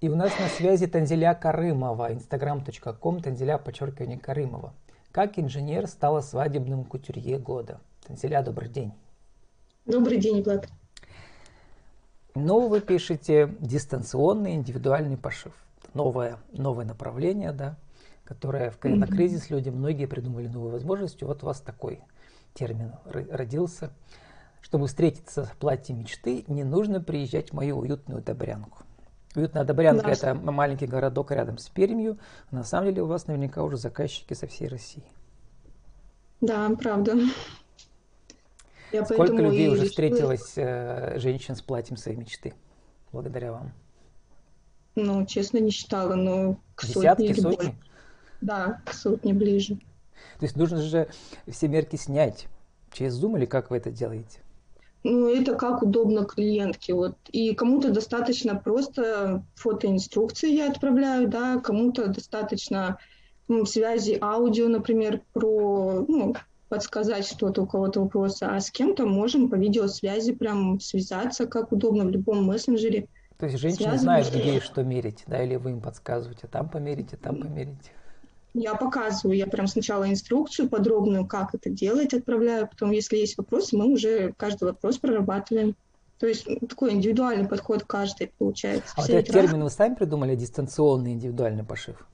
И у нас на связи Танзиля Карымова, instagram.com, Танзиля_Карымова. Как инженер стала свадебным кутюрье года? Танзиля, добрый день. Добрый день, Влад. Ну, вы пишете дистанционный индивидуальный пошив. Новое направление, да, которое в коронакризис люди, многие придумали новую возможность. Вот у вас такой термин родился. Чтобы встретиться в платье мечты, не нужно приезжать в мою уютную Добрянку. Уютная Добрянка – это маленький городок рядом с Пермью. На самом деле у вас наверняка уже заказчики со всей России. Да, правда. Сколько людей уже встретилось женщин с платьем своей мечты благодаря вам? Ну, честно, не считала, но к Десятки, сотне. сотни? Да, к сотне ближе. То есть нужно же все мерки снять через Zoom или как вы это делаете? Ну, это как удобно клиентке. Вот. И кому-то достаточно просто фотоинструкции я отправляю, да, кому-то достаточно связи аудио, например, подсказать что-то, у кого-то вопросы, а с кем-то можем по видеосвязи прям связаться, как удобно в любом мессенджере. То есть женщины знают, где и что мерить, да, или вы им подсказываете, там померите, там померите? Я показываю, я прям сначала инструкцию подробную, как это делать, отправляю, потом, если есть вопросы, мы уже каждый вопрос прорабатываем. То есть такой индивидуальный подход каждый получается. А вот этот термин вы сами придумали, дистанционный индивидуальный пошив?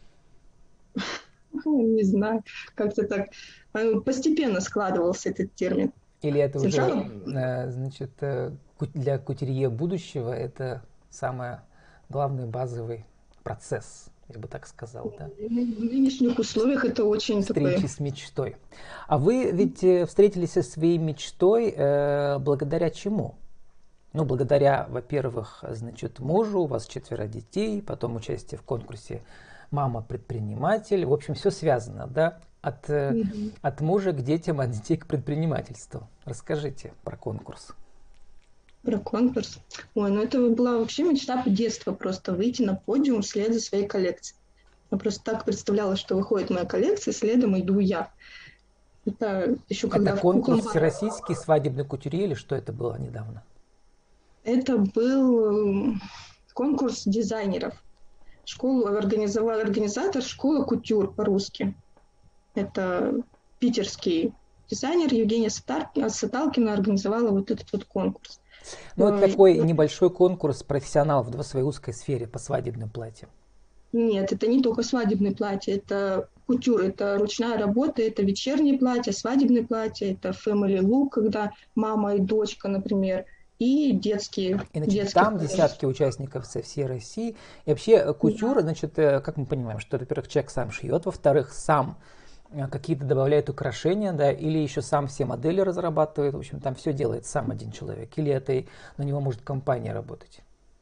Не знаю, как-то так постепенно складывался этот термин. Или это уже, значит, для кутюрье будущего это самый главный базовый процесс, я бы так сказал, да? В нынешних условиях это очень встречи с мечтой. А вы ведь встретились со своей мечтой благодаря чему? Ну, благодаря, во-первых, значит, мужу, у вас 4 детей, потом участие в конкурсе «Мама-предприниматель». В общем, все связано, да? От мужа к детям, от детей к предпринимательству. Расскажите про конкурс. Про конкурс? Ой, ну это была вообще мечта детства, просто выйти на подиум вслед за своей коллекцией. Я просто так представляла, что выходит моя коллекция, следом иду я. Это еще когда конкурс всероссийский свадебный кутюрье или что это было недавно? Это был конкурс дизайнеров. Школу организовал организатор школы кутюр по-русски. Это питерский дизайнер Евгения Саталкина организовала вот этот вот конкурс. Ну, это такой небольшой конкурс профессионалов в своей узкой сфере по свадебным платьям. Нет, это не только свадебные платья, это кутюр, это ручная работа, это вечерние платья, свадебные платья, это family look, когда мама и дочка, например, и детские. И, значит, там десятки участников со всей России. И вообще кутюр, да. Значит, как мы понимаем, что, во-первых, человек сам шьет, во-вторых, сам какие-то добавляет украшения, да, или еще сам все модели разрабатывает, в общем, там все делает сам один человек, или это на него может компания работать?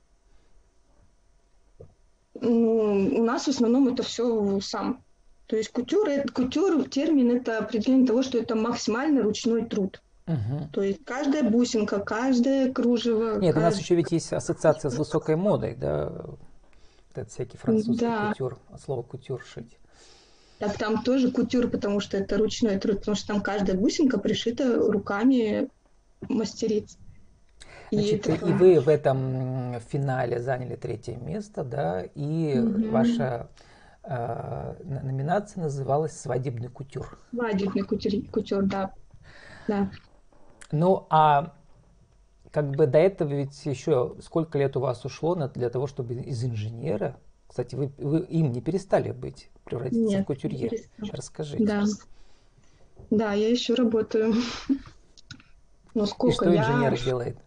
У нас в основном это все сам. То есть кутюр термин это определение того, что это максимально ручной труд. Угу. То есть каждая бусинка, каждое кружево. Нет, у нас еще ведь есть ассоциация с высокой модой, да, это всякий французский кутюр, слово кутюр шить. Так там тоже кутюр, потому что это ручной труд, потому что там каждая бусинка пришита руками мастериц. Значит, и вы в этом финале заняли 3-е место, да, и ваша номинация называлась «Свадебный кутюр». Свадебный кутюр, да. Ну, а как бы до этого ведь еще сколько лет у вас ушло для того, чтобы из инженера, кстати, вы им не перестали быть, превратиться в кутюрье. Расскажите. Да, я еще работаю. Но сколько и что инженер делает?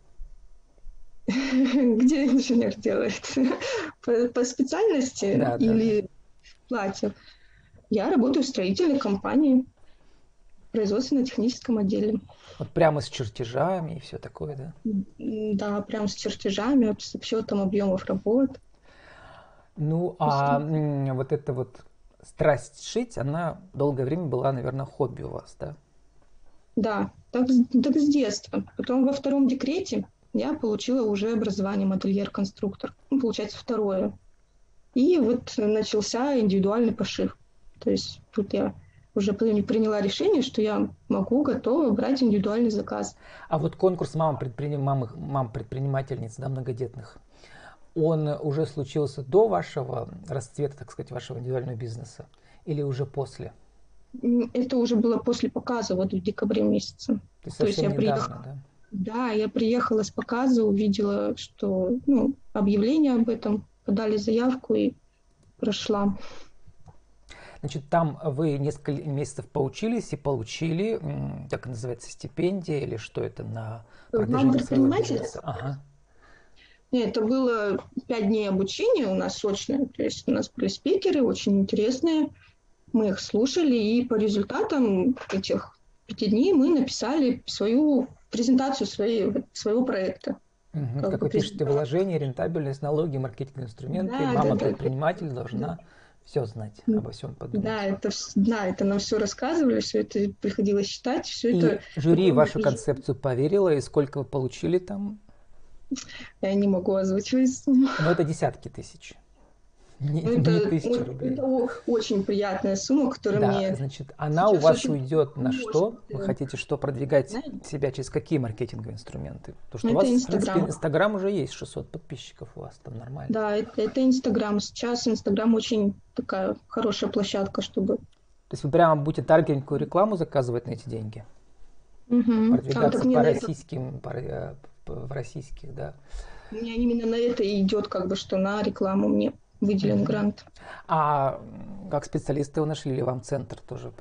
Где инженер делает? По специальности или платье? Я работаю в строительной компании, в производственно-техническом отделе. Вот прямо с чертежами и все такое, да? Да, прямо с чертежами, с учетом объемов работ. Ну, а вот эта вот страсть шить, она долгое время была, наверное, хобби у вас, да? Да, так с детства. Потом во 2-м декрете я получила уже образование модельер-конструктор. Ну, получается, 2-е. И вот начался индивидуальный пошив. То есть тут я уже приняла решение, что я готова брать индивидуальный заказ. А вот конкурс мам-предпринимательниц, да, многодетных, он уже случился до вашего расцвета, так сказать, вашего индивидуального бизнеса или уже после? Это уже было после показа, вот в декабре месяце. То есть То есть совсем я недавно, приехала, да? да, я приехала с показа, увидела, что, ну, объявление об этом, подали заявку и прошла. Значит, там вы несколько месяцев поучились и получили, как называется, стипендия или что это на Вам продвижение своего предприниматель? бизнеса? Ага. Нет, это было 5 дней обучения у нас очное, то есть у нас были спикеры очень интересные, мы их слушали, и по результатам этих 5 дней мы написали свою презентацию своего проекта. Как Как бы вы пишете, презентацию. вложения, рентабельность, налоги, маркетинговые инструменты. Да, да, Мама да. предприниматель должна все знать, обо всем Да, подумать. это нам все рассказывали, все это приходилось читать, все И это жюри в потом вашу концепцию поверило, и сколько вы получили там? я не могу озвучивать сумму. Ну, это десятки тысяч, Но не тысячи рублей. это очень приятная сумма, которая Да, мне значит, она у сейчас вас очень уйдет на поможет. что? Вы хотите что продвигать Знаете, себя через какие маркетинговые инструменты? Потому что у это вас, в принципе, Инстаграм. Инстаграм уже есть, 600 подписчиков у вас там нормально. Да, это Инстаграм. Сейчас Инстаграм очень такая хорошая площадка, чтобы... То есть вы прямо будете таргетинговую рекламу заказывать на эти деньги? Угу. А вот так Продвигаться мне по на это, российским, в российских, да. у меня именно на это и идет, как бы, что на рекламу мне выделен грант. А как специалисты его нашли, или вам центр тоже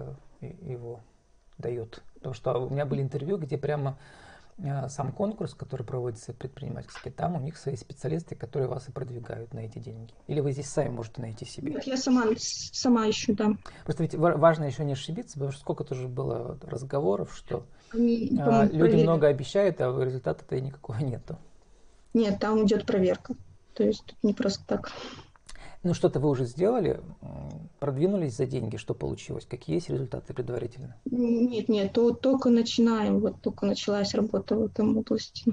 его дает? Потому что у меня были интервью, где прямо сам конкурс, который проводится предпринимательский, там у них свои специалисты, которые вас и продвигают на эти деньги. Или вы здесь сами можете найти себе? Нет, я сама ищу, да. Просто ведь важно еще не ошибиться, потому что сколько тоже было разговоров, что Они, по-моему, люди проверят. много обещают, а результата-то и никакого нету. Нет, там идет проверка. То есть тут не просто так. Ну, что-то вы уже сделали, продвинулись за деньги, что получилось, какие есть результаты предварительно? Нет, только начинаем, вот только началась работа в этом области.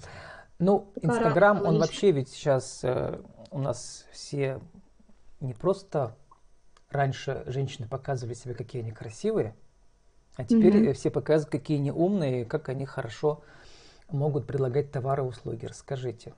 Ну, Пока рано Инстаграм, он говорить. вообще ведь сейчас у нас все не просто раньше женщины показывали себе, какие они красивые, а теперь Мгм. все показывают, какие они умные, как они хорошо могут предлагать товары и услуги. Расскажите,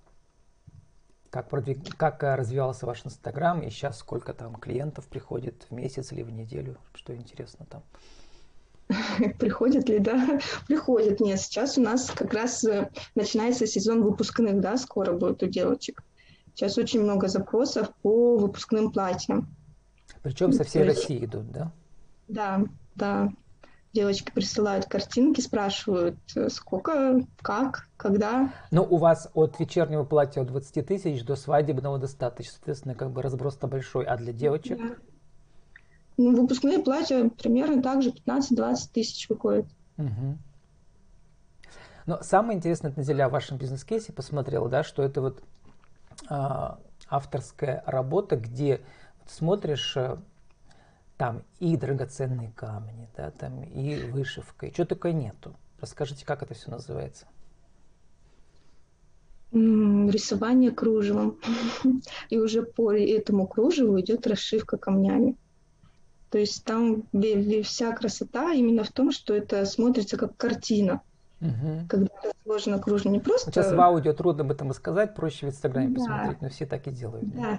как развивался ваш Инстаграм и сейчас сколько там клиентов приходит в месяц или в неделю, что интересно там? Приходит ли, да? Приходит. Нет, сейчас у нас как раз начинается сезон выпускных, да, скоро будет у девочек. Сейчас очень много запросов по выпускным платьям. Причем со То всей есть, России идут, да? да, да, девочки присылают картинки, спрашивают, сколько, как, когда. Ну, у вас от вечернего платья от 20 тысяч до свадебного достаточно, соответственно, как бы разброс-то большой. А для девочек? Да. Ну, выпускные платья примерно так же 15-20 тысяч выходит. Угу. Но самое интересное, Назиля, в вашем бизнес-кейсе посмотрела, да, что это вот авторская работа, где смотришь там и драгоценные камни, да, там и вышивка, и чего только нету. Расскажите, как это все называется? Рисование кружевом. И уже по этому кружеву идет расшивка камнями. То есть там вся красота именно в том, что это смотрится как картина. Угу. Когда это сложно кружево, не Вот сейчас в просто... аудио трудно об этом рассказать, проще в Инстаграме Да, посмотреть, но все так и делают. Да. да.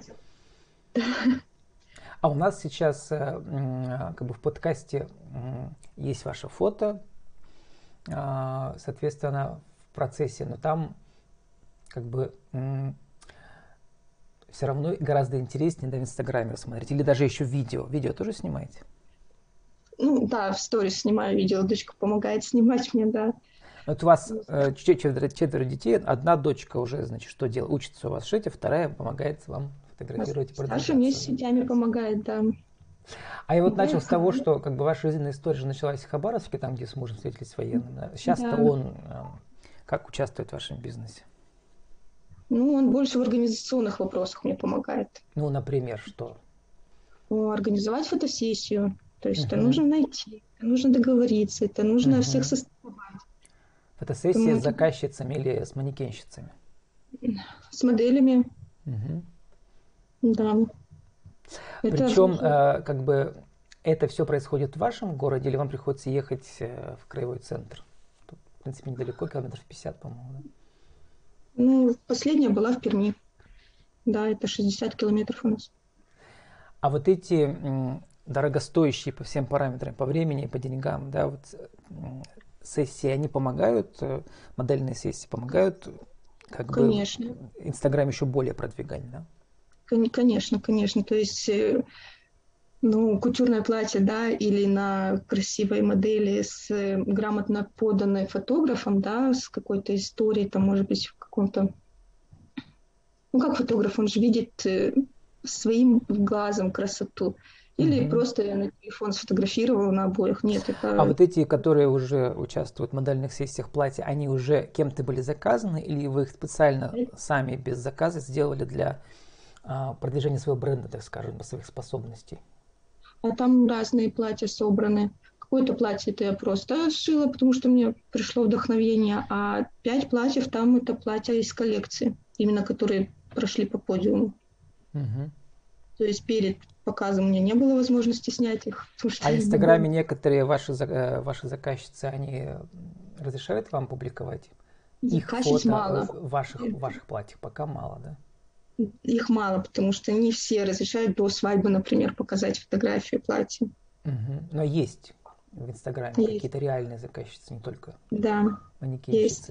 А у нас сейчас как бы в подкасте есть ваше фото, соответственно, в процессе, но там как бы все равно гораздо интереснее, да, в Инстаграме смотреть. Или даже еще видео. Видео тоже снимаете? Ну да, в сторис снимаю видео, дочка помогает снимать мне, да. Вот у вас четверо детей, одна дочка уже, значит, что делает? Учится у вас шить, а вторая помогает вам фотографировать и Старший мне с продвигаться. сетями помогает, да. А я вот Да, начал с того, что как бы ваша жизненная история же началась в Хабаровске, там, где с мужем встретились военным. Да? Сейчас-то да. он как участвует в вашем бизнесе? Ну, он больше в организационных вопросах мне помогает. Ну, например, что? Ну, организовать фотосессию. То есть это Мгм. нужно найти, это нужно договориться, это нужно всех Мгм. состыковать. Фотосессия с заказчицами или с манекенщицами? С моделями, Мгм. да. Это Причем, как бы, это все происходит в вашем городе или вам приходится ехать в краевой центр? Тут, в принципе, недалеко, километров 50, по-моему. Да? ну, последняя была в Перми. Да, это 60 километров у нас. А вот эти дорогостоящие по всем параметрам, по времени, по деньгам, да, вот сессии, они помогают, модельные сессии помогают как бы Конечно, Инстаграм еще более продвигать, да? конечно, конечно. То есть, ну, кутюрное платье, да, или на красивой модели с грамотно поданной фотографом, да, с какой-то историей, там, может быть, в каком-то... Ну, как фотограф, он же видит своим глазом красоту. Или Мгм. просто я на телефон сфотографировала на обоих. Нет, А это вот эти, которые уже участвуют в модельных сессиях платья, они уже кем-то были заказаны или вы их специально сами без заказа сделали для продвижения своего бренда, так скажем, по своих способностей? а там разные платья собраны. Какое-то платье это я просто сшила, потому что мне пришло вдохновение, а 5 платьев там это платья из коллекции, именно которые прошли по подиуму. Мгм. То есть перед показом у меня не было возможности снять их, потому что А в в бегом. Инстаграме некоторые ваши заказчицы, они разрешают вам публиковать их Заказчиц фото мало. в ваших платьях? Пока мало, да? Их мало, потому что не все разрешают до свадьбы, например, показать фотографию платья. Мгм. Но есть в Инстаграме Есть, какие-то реальные заказчицы, не только да, есть. манекенщицы.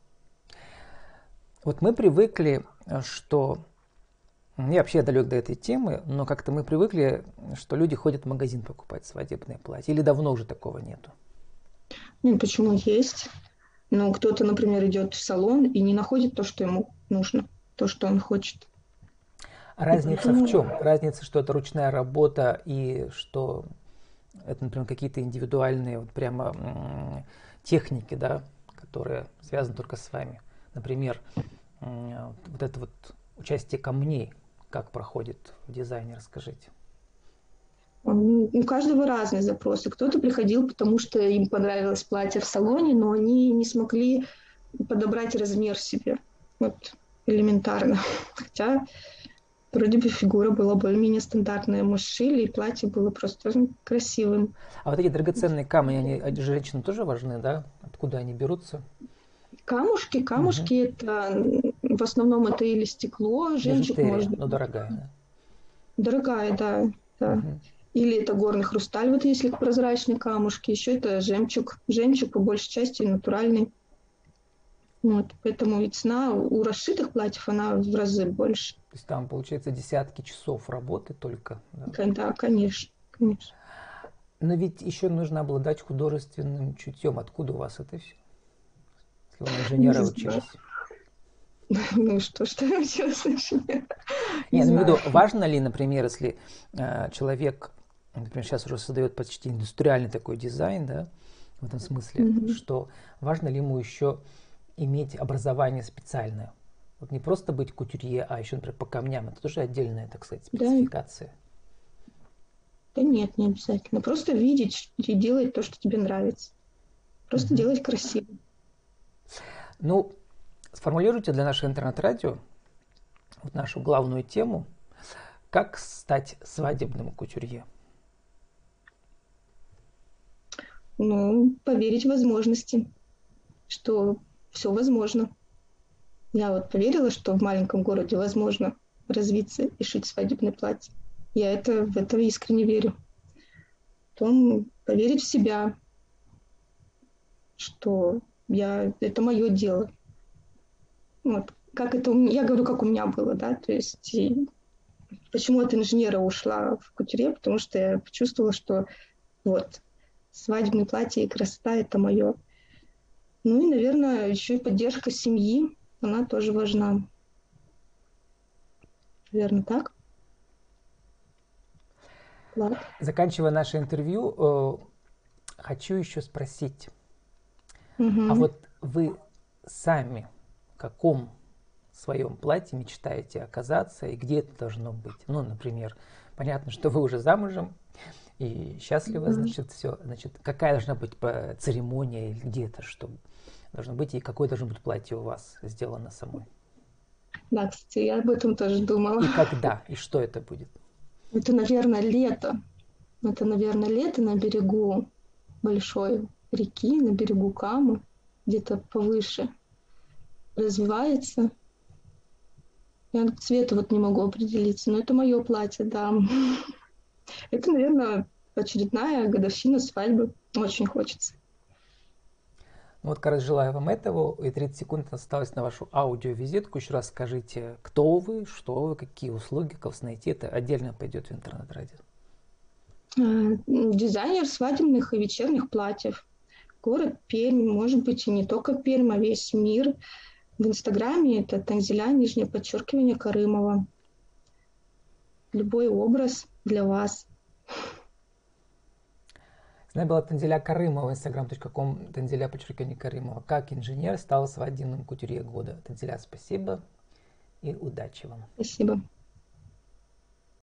Вот мы привыкли, что я вообще далек до этой темы, но как-то мы привыкли, что люди ходят в магазин покупать свадебное платье. Или давно уже такого нету? Ну, почему есть? Ну, кто-то, например, идет в салон и не находит то, что ему нужно, то, что он хочет. И Разница в поэтому, чем? Разница, что это ручная работа и что это, например, какие-то индивидуальные вот прямо техники, да, которые связаны только с вами. Например, вот это вот участие камней, как проходит в дизайне, расскажите. у каждого разные запросы. Кто-то приходил, потому что им понравилось платье в салоне, но они не смогли подобрать размер себе. Вот элементарно. Хотя вроде бы фигура была более-менее стандартная. Мы сшили, и платье было просто красивым. А вот эти драгоценные камни, они женщинам тоже важны, да? Откуда они берутся? Камушки, Мгм. камушки это в основном это или стекло, жемчуг, может Бижутерия, быть, но дорогая, да? дорогая, да, да. Мгм. Или это горный хрусталь, вот если прозрачные камушки, еще это жемчуг. Жемчуг по большей части натуральный. Вот, поэтому и цена у расшитых платьев, она в разы больше. То есть там, получается, десятки часов работы только, да? Да, конечно, конечно. Но ведь еще нужно обладать художественным чутьем. Откуда у вас это все? Если вы на Не инженера знаю. учились. Ну что я училась на инженера? Не Не, ну, в знаю. виду, важно ли, например, если человек, например, сейчас уже создает почти индустриальный такой дизайн, да, в этом смысле, Мгм. что важно ли ему еще иметь образование специальное? Вот не просто быть кутюрье, а еще, например, по камням. Это тоже отдельная, так сказать, Да, спецификация. да нет, не обязательно. Просто видеть и делать то, что тебе нравится. Просто Мгм. делать красиво. Ну, сформулируйте для нашего интернет-радио вот нашу главную тему, как стать свадебным кутюрье. Ну, поверить в возможности, что все возможно. Я вот поверила, что в маленьком городе возможно развиться и шить свадебное платье. Я в это искренне верю. Потом поверить в себя, что это мое дело. Вот. Как это я говорю, как у меня было, да, то есть почему от инженера ушла в кутюрье, потому что я почувствовала, что вот свадебное платье и красота это мое. Ну и, наверное, еще и поддержка семьи, она тоже важна. Верно так? Влад? Заканчивая наше интервью, хочу еще спросить, а Угу. вот вы сами в каком своем платье мечтаете оказаться и где это должно быть? Ну, например, понятно, что вы уже замужем и счастливы, Да. значит, все. Значит, какая должна быть церемония или где это, что должно быть, и какое должно быть платье у вас сделано самой? Да, кстати, я об этом тоже думала. И когда, и что это будет? Это, наверное, лето. Это, наверное, лето на берегу большой реки, на берегу Камы, где-то повыше развивается. Я к цвету вот не могу определиться, но это мое платье, да. Это, наверное, очередная годовщина свадьбы. Очень хочется. Ну вот, короче, желаю вам этого. И 30 секунд осталось на вашу аудиовизитку. Еще раз скажите, кто вы, что вы, какие услуги, как вас найти. Это отдельно пойдет в интернет-радио. Дизайнер свадебных и вечерних платьев. Город Пермь, может быть, и не только Пермь, а весь мир. В Инстаграме это Танзиля, нижнее подчеркивание, Карымова. Любой образ для вас. С нами была Танзиля Карымова, instagram.com, Танзиля, подчеркивание, Карымова. Как инженер стал свадебным кутюрье года. Танзиля, спасибо и удачи вам. Спасибо.